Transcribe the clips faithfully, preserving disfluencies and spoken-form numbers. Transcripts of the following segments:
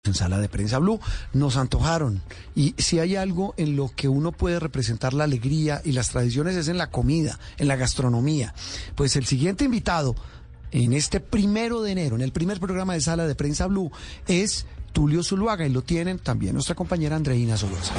En Sala de Prensa Blue nos antojaron, y si hay algo en lo que uno puede representar la alegría y las tradiciones es en la comida, en la gastronomía. Pues el siguiente invitado en este primero de enero, en el primer programa de Sala de Prensa Blue, es Tulio Zuluaga, y lo tienen también nuestra compañera Andreina Solosa.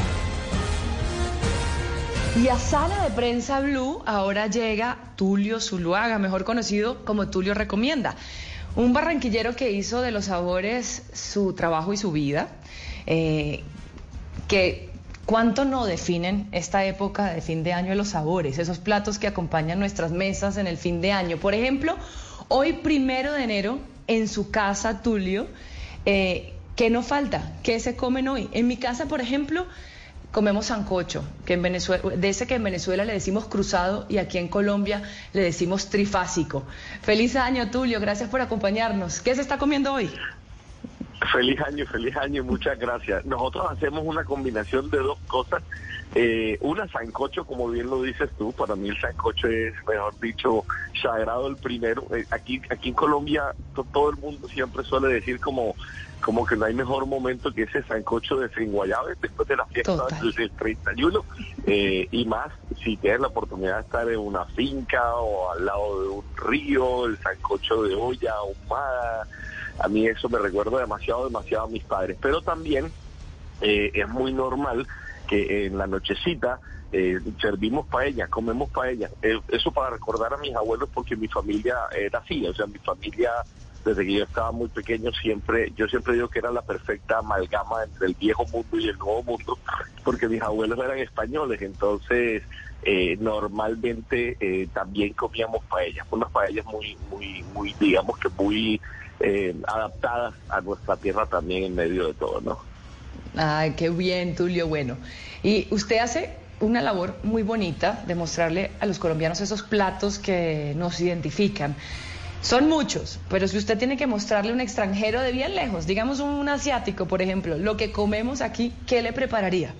Y a Sala de Prensa Blue ahora llega Tulio Zuluaga, mejor conocido como Tulio Recomienda. Un barranquillero que hizo de los sabores su trabajo y su vida, eh, que cuánto no definen esta época de fin de año de los sabores, esos platos que acompañan nuestras mesas en el fin de año. Por ejemplo, hoy primero de enero, en su casa, Tulio, eh, ¿qué no falta? ¿Qué se comen hoy? En mi casa, por ejemplo, comemos sancocho, que en Venezuela, de ese que en Venezuela le decimos cruzado y aquí en Colombia le decimos trifásico. Feliz año, Tulio, gracias por acompañarnos. ¿Qué se está comiendo hoy? Feliz año, feliz año, muchas gracias. Nosotros hacemos una combinación de dos cosas. Eh, una, sancocho, como bien lo dices tú, para mí el sancocho es, mejor dicho, sagrado el primero. Eh, aquí aquí en Colombia to, todo el mundo siempre suele decir como, como que no hay mejor momento que ese sancocho de Guayabes después de la fiesta del, del treinta y uno, eh, y más si tienes la oportunidad de estar en una finca o al lado de un río, el sancocho de olla ahumada. A mí eso me recuerda demasiado, demasiado a mis padres, pero también eh, es muy normal que en la nochecita eh, servimos paella, comemos paella. Eh, eso para recordar a mis abuelos, porque mi familia era así, o sea, mi familia, desde que yo estaba muy pequeño, siempre, yo siempre digo que era la perfecta amalgama entre el viejo mundo y el nuevo mundo, porque mis abuelos eran españoles, entonces eh, normalmente eh, también comíamos paellas, unas paellas muy, muy, muy, digamos que muy eh, adaptadas a nuestra tierra también en medio de todo, ¿no? Ay, qué bien, Tulio, bueno. Y usted hace una labor muy bonita de mostrarle a los colombianos esos platos que nos identifican. Son muchos, pero si usted tiene que mostrarle a un extranjero de bien lejos, digamos un asiático, por ejemplo, lo que comemos aquí, ¿qué le prepararía?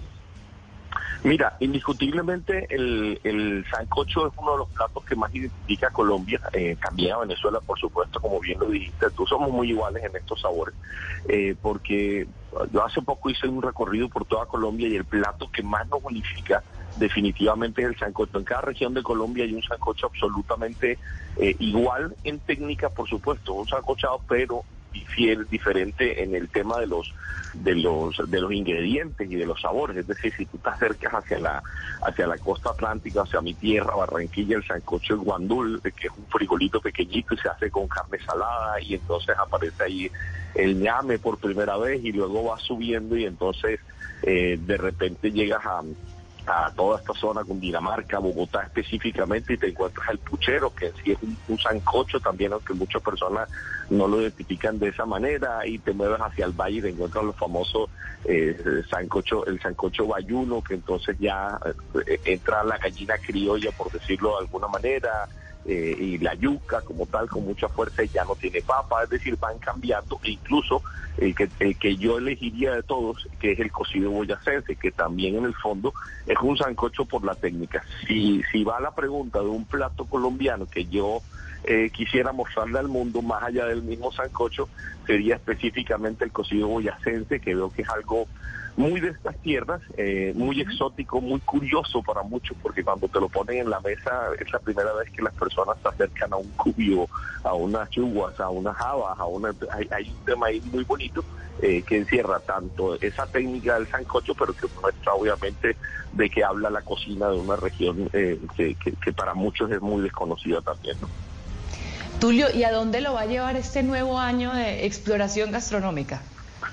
Mira, indiscutiblemente el, el sancocho es uno de los platos que más identifica a Colombia, eh, también a Venezuela, por supuesto, como bien lo dijiste. Tú somos muy iguales en estos sabores, eh, porque yo hace poco hice un recorrido por toda Colombia y el plato que más nos unifica definitivamente es el sancocho. En cada región de Colombia hay un sancocho absolutamente eh, igual en técnica, por supuesto, un sancochado, pero fiel, diferente en el tema de los de los de los ingredientes y de los sabores. Es decir, si tú te acercas hacia la hacia la costa atlántica, hacia mi tierra, Barranquilla, el sancocho el guandul, que es un frijolito pequeñito y se hace con carne salada, y entonces aparece ahí el ñame por primera vez y luego va subiendo, y entonces eh, de repente llegas a a toda esta zona, con Dinamarca, Bogotá específicamente, y te encuentras el puchero, que en sí es un, un sancocho también, aunque muchas personas no lo identifican de esa manera, y te mueves hacia el valle y te encuentras los famosos eh, sancocho, el sancocho bayuno, que entonces ya eh, entra la gallina criolla, por decirlo de alguna manera, eh, y la yuca como tal, con mucha fuerza, y ya no tiene papa. Es decir, van cambiando, e incluso el que, el que yo elegiría de todos, que es el cocido boyacense, que también en el fondo es un sancocho por la técnica. Si, si va la pregunta de un plato colombiano que yo eh, quisiera mostrarle al mundo, más allá del mismo sancocho, sería específicamente el cocido boyacense, que veo que es algo muy de estas tierras, eh, muy exótico, muy curioso para muchos, porque cuando te lo ponen en la mesa es la primera vez que las personas se acercan a un cubio, a unas chuguas, a unas habas, a una, hay, hay un tema ahí muy bonito eh, que encierra tanto esa técnica del sancocho, pero que muestra obviamente de que habla la cocina de una región eh, que, que, que para muchos es muy desconocida también, ¿no? Tulio, ¿y a dónde lo va a llevar este nuevo año de exploración gastronómica?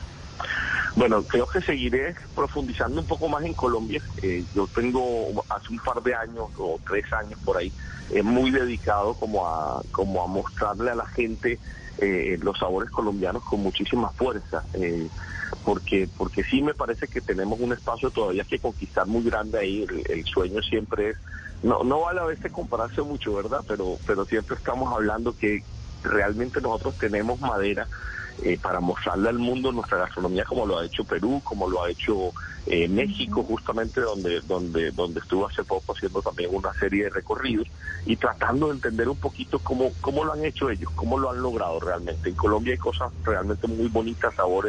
Bueno, creo que seguiré profundizando un poco más en Colombia. Eh, yo tengo hace un par de años o tres años por ahí, eh, muy dedicado como a como a mostrarle a la gente eh, los sabores colombianos con muchísima fuerza, eh, porque porque sí me parece que tenemos un espacio todavía que conquistar muy grande ahí. El, el sueño siempre es, no no vale a veces compararse mucho, ¿verdad? Pero pero siempre estamos hablando que realmente nosotros tenemos madera Eh, para mostrarle al mundo nuestra gastronomía, como lo ha hecho Perú, como lo ha hecho eh, México, justamente donde donde donde estuve hace poco haciendo también una serie de recorridos y tratando de entender un poquito cómo cómo lo han hecho ellos, cómo lo han logrado realmente. En Colombia hay cosas realmente muy bonitas, sabores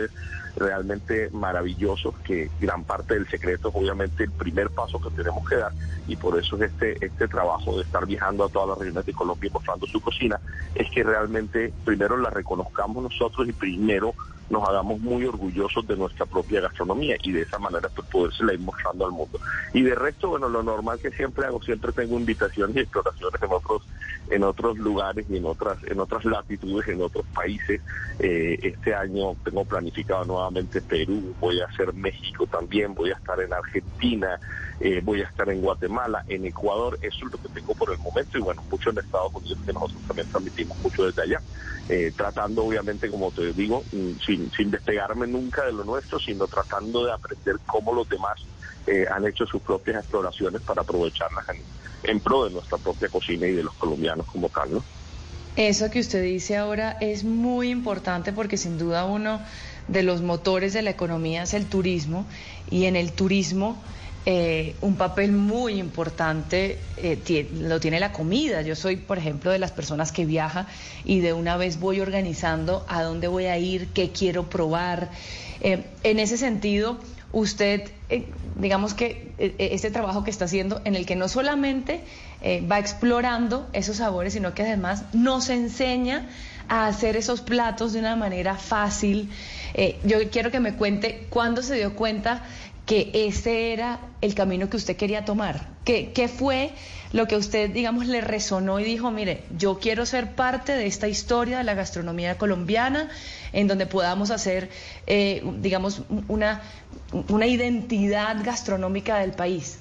realmente maravillosos, que gran parte del secreto es obviamente el primer paso que tenemos que dar, y por eso es este, este trabajo de estar viajando a todas las regiones de Colombia y mostrando su cocina, es que realmente primero la reconozcamos nosotros y primero nos hagamos muy orgullosos de nuestra propia gastronomía, y de esa manera pues podérsela ir mostrando al mundo. Y de resto, bueno, lo normal que siempre hago, siempre tengo invitaciones y exploraciones en otros en otros lugares y en otras en otras latitudes, en otros países. Eh, este año tengo planificado nuevamente Perú, voy a hacer México también, voy a estar en Argentina, eh, voy a estar en Guatemala, en Ecuador. Eso es lo que tengo por el momento, y bueno, mucho en Estados Unidos, que nosotros también transmitimos mucho desde allá, eh, tratando obviamente, como te digo, sin, sin despegarme nunca de lo nuestro, sino tratando de aprender cómo los demás eh, han hecho sus propias exploraciones para aprovecharlas en, en pro de nuestra propia cocina y de los colombianos como tal, ¿no? Eso que usted dice ahora es muy importante, porque sin duda uno de los motores de la economía es el turismo, y en el turismo eh, un papel muy importante eh, tiene, lo tiene la comida. Yo soy, por ejemplo, de las personas que viaja y de una vez voy organizando a dónde voy a ir, qué quiero probar. Eh, en ese sentido, usted, eh, digamos que eh, este trabajo que está haciendo, en el que no solamente eh, va explorando esos sabores, sino que además nos enseña a hacer esos platos de una manera fácil. Eh, yo quiero que me cuente cuándo se dio cuenta que ese era el camino que usted quería tomar. ¿Qué, qué fue lo que usted, digamos, le resonó y dijo, mire, yo quiero ser parte de esta historia de la gastronomía colombiana, en donde podamos hacer, eh, digamos, una, una identidad gastronómica del país?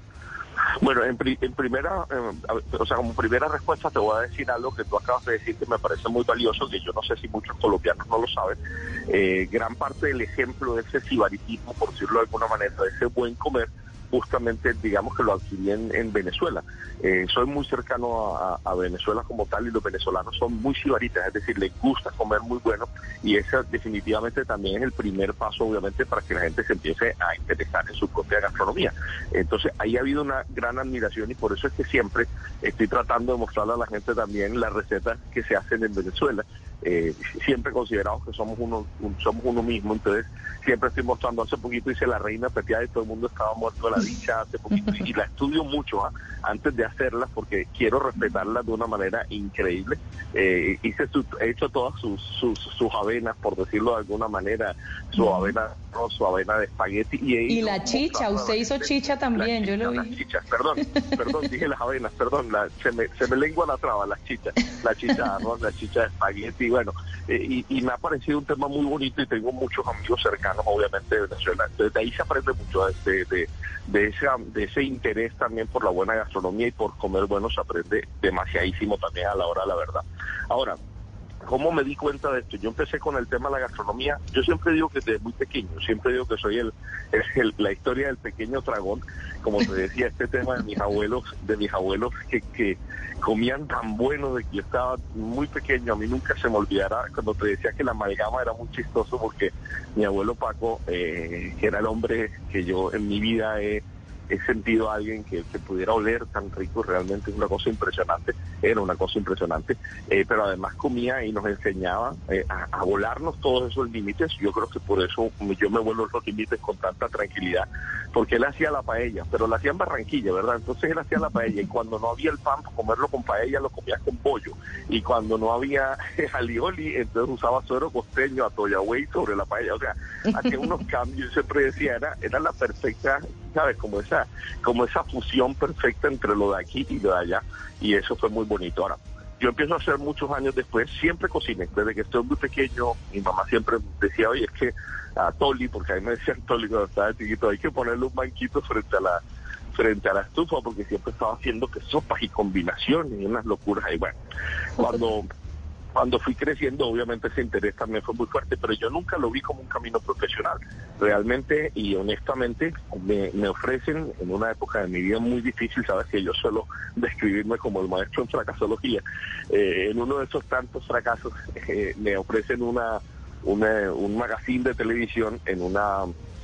Bueno, en, pri en primera, eh, o sea, como primera respuesta te voy a decir algo que tú acabas de decir que me parece muy valioso, que yo no sé si muchos colombianos no lo saben. Eh, gran parte del ejemplo de ese sibaritismo, por decirlo de alguna manera, de ese buen comer, justamente, digamos que lo adquirí en, en Venezuela. Eh, soy muy cercano a, a Venezuela como tal, y los venezolanos son muy sibaritas, es decir, les gusta comer muy bueno, y ese definitivamente también es el primer paso, obviamente, para que la gente se empiece a interesar en su propia gastronomía. Entonces, ahí ha habido una gran admiración, y por eso es que siempre estoy tratando de mostrarle a la gente también las recetas que se hacen en Venezuela. Eh, siempre consideramos que somos uno un, somos uno mismo, entonces siempre estoy mostrando. Hace poquito hice La Reina Pepiada y todo el mundo estaba muerto de la dicha hace poquito, y la estudio mucho ¿eh? antes de hacerlas, porque quiero respetarlas de una manera increíble. Eh, hice su, he hecho todas sus, sus, sus avenas, por decirlo de alguna manera, su mm. avena arroz, su avena de espagueti. Y, y la chicha, usted hizo chicha también, chicha, yo lo vi. Las chichas, perdón, perdón, dije las avenas, perdón, la, se, me, se me lengua la traba, las chichas, la chicha de arroz, la chicha de espagueti, y bueno, eh, y, y me ha parecido un tema muy bonito, y tengo muchos amigos cercanos, obviamente, de Venezuela. Entonces, de ahí se aprende mucho de, de, de, ese, de ese interés también por la buena gastronomía y por comer bueno. Se aprende demasiadísimo también a la hora de la verdad. Ahora, ¿cómo me di cuenta de esto? Yo empecé con el tema de la gastronomía. Yo siempre digo que desde muy pequeño, siempre digo que soy el, el, el la historia del pequeño dragón, como te decía, este tema de mis abuelos, de mis abuelos que, que comían tan bueno, de que yo estaba muy pequeño. A mí nunca se me olvidará cuando te decía que la amalgama era muy chistoso, porque mi abuelo Paco, eh, que era el hombre que yo en mi vida he he sentido a alguien que, que pudiera oler tan rico, realmente es una cosa impresionante, era una cosa impresionante, eh, pero además comía y nos enseñaba eh, a, a volarnos todos esos límites. Yo creo que por eso yo me vuelo los límites con tanta tranquilidad, porque él hacía la paella, pero la hacía en Barranquilla, ¿verdad? Entonces él hacía la paella, y cuando no había el pan, comerlo con paella, lo comías con pollo, y cuando no había alioli, entonces usaba suero costeño, atoyagüey sobre la paella. O sea, hacía unos cambios, siempre decía, era, era la perfecta, ¿sabes? Como esa como esa fusión perfecta entre lo de aquí y lo de allá, y eso fue muy bonito. Ahora, yo empiezo a hacer muchos años después, siempre cociné, desde que estoy muy pequeño. Mi mamá siempre decía, oye, es que a Toli, porque a mí me decían Toli cuando estaba chiquito, hay que ponerle un banquito frente a la frente a la estufa, porque siempre estaba haciendo que sopas y combinaciones y unas locuras ahí. Bueno, cuando Cuando fui creciendo, obviamente ese interés también fue muy fuerte, pero yo nunca lo vi como un camino profesional. Realmente y honestamente me, me ofrecen, en una época de mi vida muy difícil, sabes que yo suelo describirme como el maestro en fracasología, eh, en uno de esos tantos fracasos eh, me ofrecen una, una un magazine de televisión en una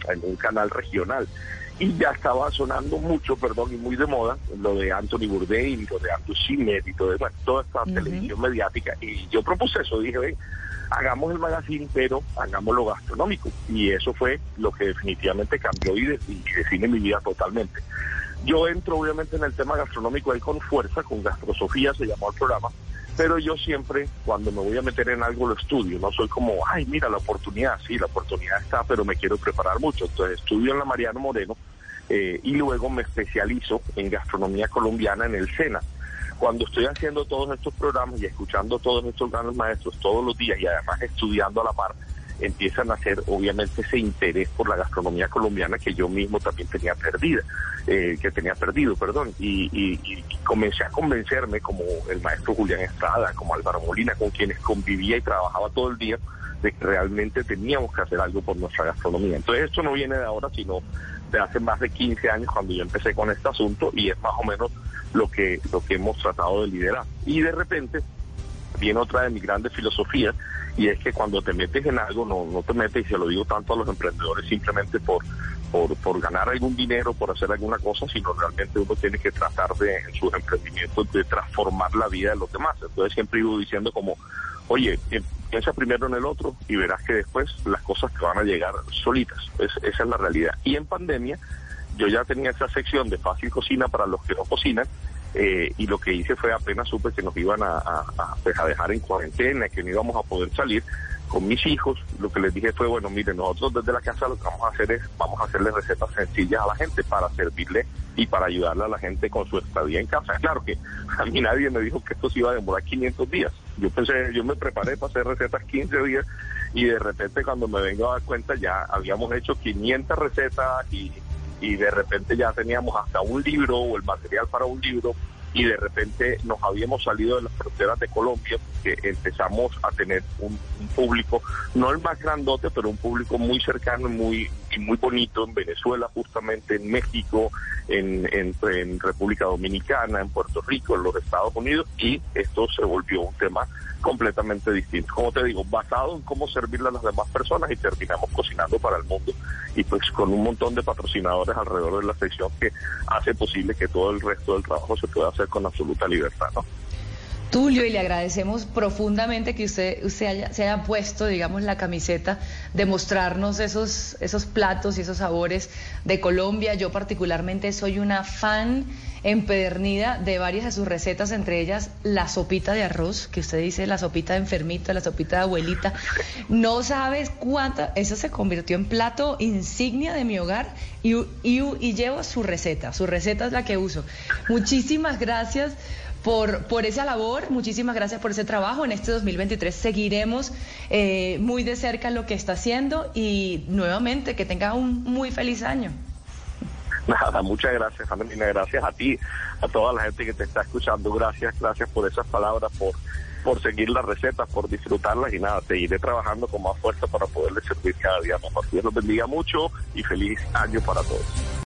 en un canal regional. Y ya estaba sonando mucho, perdón, y muy de moda, lo de Anthony Bourdain, lo de Andrew Schmidt y todo, bueno, toda esta uh-huh. televisión mediática. Y yo propuse eso, dije, ven, hagamos el magazine, pero hagámoslo gastronómico. Y eso fue lo que definitivamente cambió y, de, y define mi vida totalmente. Yo entro obviamente en el tema gastronómico ahí con fuerza, con Gastrosofía se llamó el programa, pero yo siempre, cuando me voy a meter en algo, lo estudio. No soy como, ay, mira, la oportunidad, sí, la oportunidad está, pero me quiero preparar mucho. Entonces estudio en la Mariano Moreno eh, y luego me especializo en gastronomía colombiana en el SENA. Cuando estoy haciendo todos estos programas y escuchando todos estos grandes maestros todos los días y además estudiando a la par, empiezan a hacer obviamente ese interés por la gastronomía colombiana que yo mismo también tenía perdida, eh, que tenía perdido, perdón, y, y, y comencé a convencerme, como el maestro Julián Estrada, como Álvaro Molina, con quienes convivía y trabajaba todo el día, de que realmente teníamos que hacer algo por nuestra gastronomía. Entonces esto no viene de ahora, sino de hace más de quince años cuando yo empecé con este asunto, y es más o menos lo que, lo que hemos tratado de liderar. Y de repente viene otra de mis grandes filosofías, y es que cuando te metes en algo, no, no te metes, y se lo digo tanto a los emprendedores, simplemente por, por, por ganar algún dinero, por hacer alguna cosa, sino realmente uno tiene que tratar de, en sus emprendimientos, de transformar la vida de los demás. Entonces siempre iba diciendo como, oye, piensa primero en el otro y verás que después las cosas te van a llegar solitas. Es, esa es la realidad. Y en pandemia, yo ya tenía esa sección de fácil cocina para los que no cocinan, Eh, y lo que hice fue, apenas supe que nos iban a, a, a dejar en cuarentena, que no íbamos a poder salir con mis hijos, lo que les dije fue, bueno, miren, nosotros desde la casa lo que vamos a hacer es, vamos a hacerle recetas sencillas a la gente para servirle y para ayudarle a la gente con su estadía en casa. Claro que a mí nadie me dijo que esto se iba a demorar quinientos días. Yo pensé, yo me preparé para hacer recetas quince días y de repente cuando me vengo a dar cuenta ya habíamos hecho quinientas recetas y y de repente ya teníamos hasta un libro o el material para un libro, y de repente nos habíamos salido de las fronteras de Colombia, que empezamos a tener un, un público, no el más grandote, pero un público muy cercano y muy, y muy bonito en Venezuela, justamente en México, en, en, en República Dominicana, en Puerto Rico, en los Estados Unidos, y esto se volvió un tema completamente distinto. Como te digo, basado en cómo servirle a las demás personas, y terminamos cocinando para el mundo, y pues con un montón de patrocinadores alrededor de la sección que hace posible que todo el resto del trabajo se pueda hacer con absoluta libertad, ¿no? Tulio, y le agradecemos profundamente que usted, usted haya, se haya puesto, digamos, la camiseta de mostrarnos esos, esos platos y esos sabores de Colombia. Yo particularmente soy una fan empedernida de varias de sus recetas, entre ellas la sopita de arroz, que usted dice la sopita de enfermito, la sopita de abuelita. No sabes cuánta, eso se convirtió en plato insignia de mi hogar, y, y, y llevo su receta, su receta es la que uso. Muchísimas gracias Por, por esa labor, muchísimas gracias por ese trabajo. En este dos mil veintitrés seguiremos eh, muy de cerca lo que está haciendo, y nuevamente que tenga un muy feliz año. Nada, muchas gracias, Andrina, gracias a ti, a toda la gente que te está escuchando, gracias, gracias por esas palabras, por, por seguir las recetas, por disfrutarlas, y nada, seguiré trabajando con más fuerza para poderles servir cada día mejor. Dios los bendiga mucho y feliz año para todos.